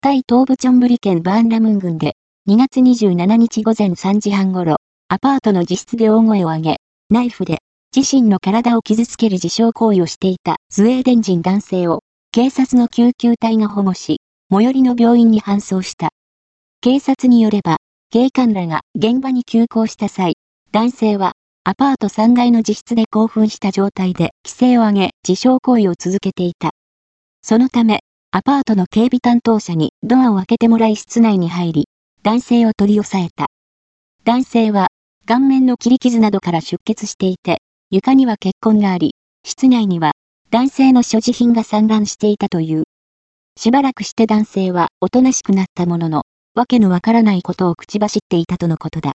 タイ東部チョンブリ県バーンラムン郡で、2月27日午前3時半ごろ、アパートの自室で大声を上げ、ナイフで自身の体を傷つける自傷行為をしていたスウェーデン人男性を、警察の救急隊が保護し、最寄りの病院に搬送した。警察によれば、警官らが現場に急行した際、男性はアパート3階の自室で興奮した状態で奇声を上げ自傷行為を続けていた。そのため、アパートの警備担当者にドアを開けてもらい室内に入り、男性を取り押さえた。男性は顔面の切り傷などから出血していて、床には血痕があり、室内には男性の所持品が散乱していたという。しばらくして男性はおとなしくなったものの、わけのわからないことを口走っていたとのことだ。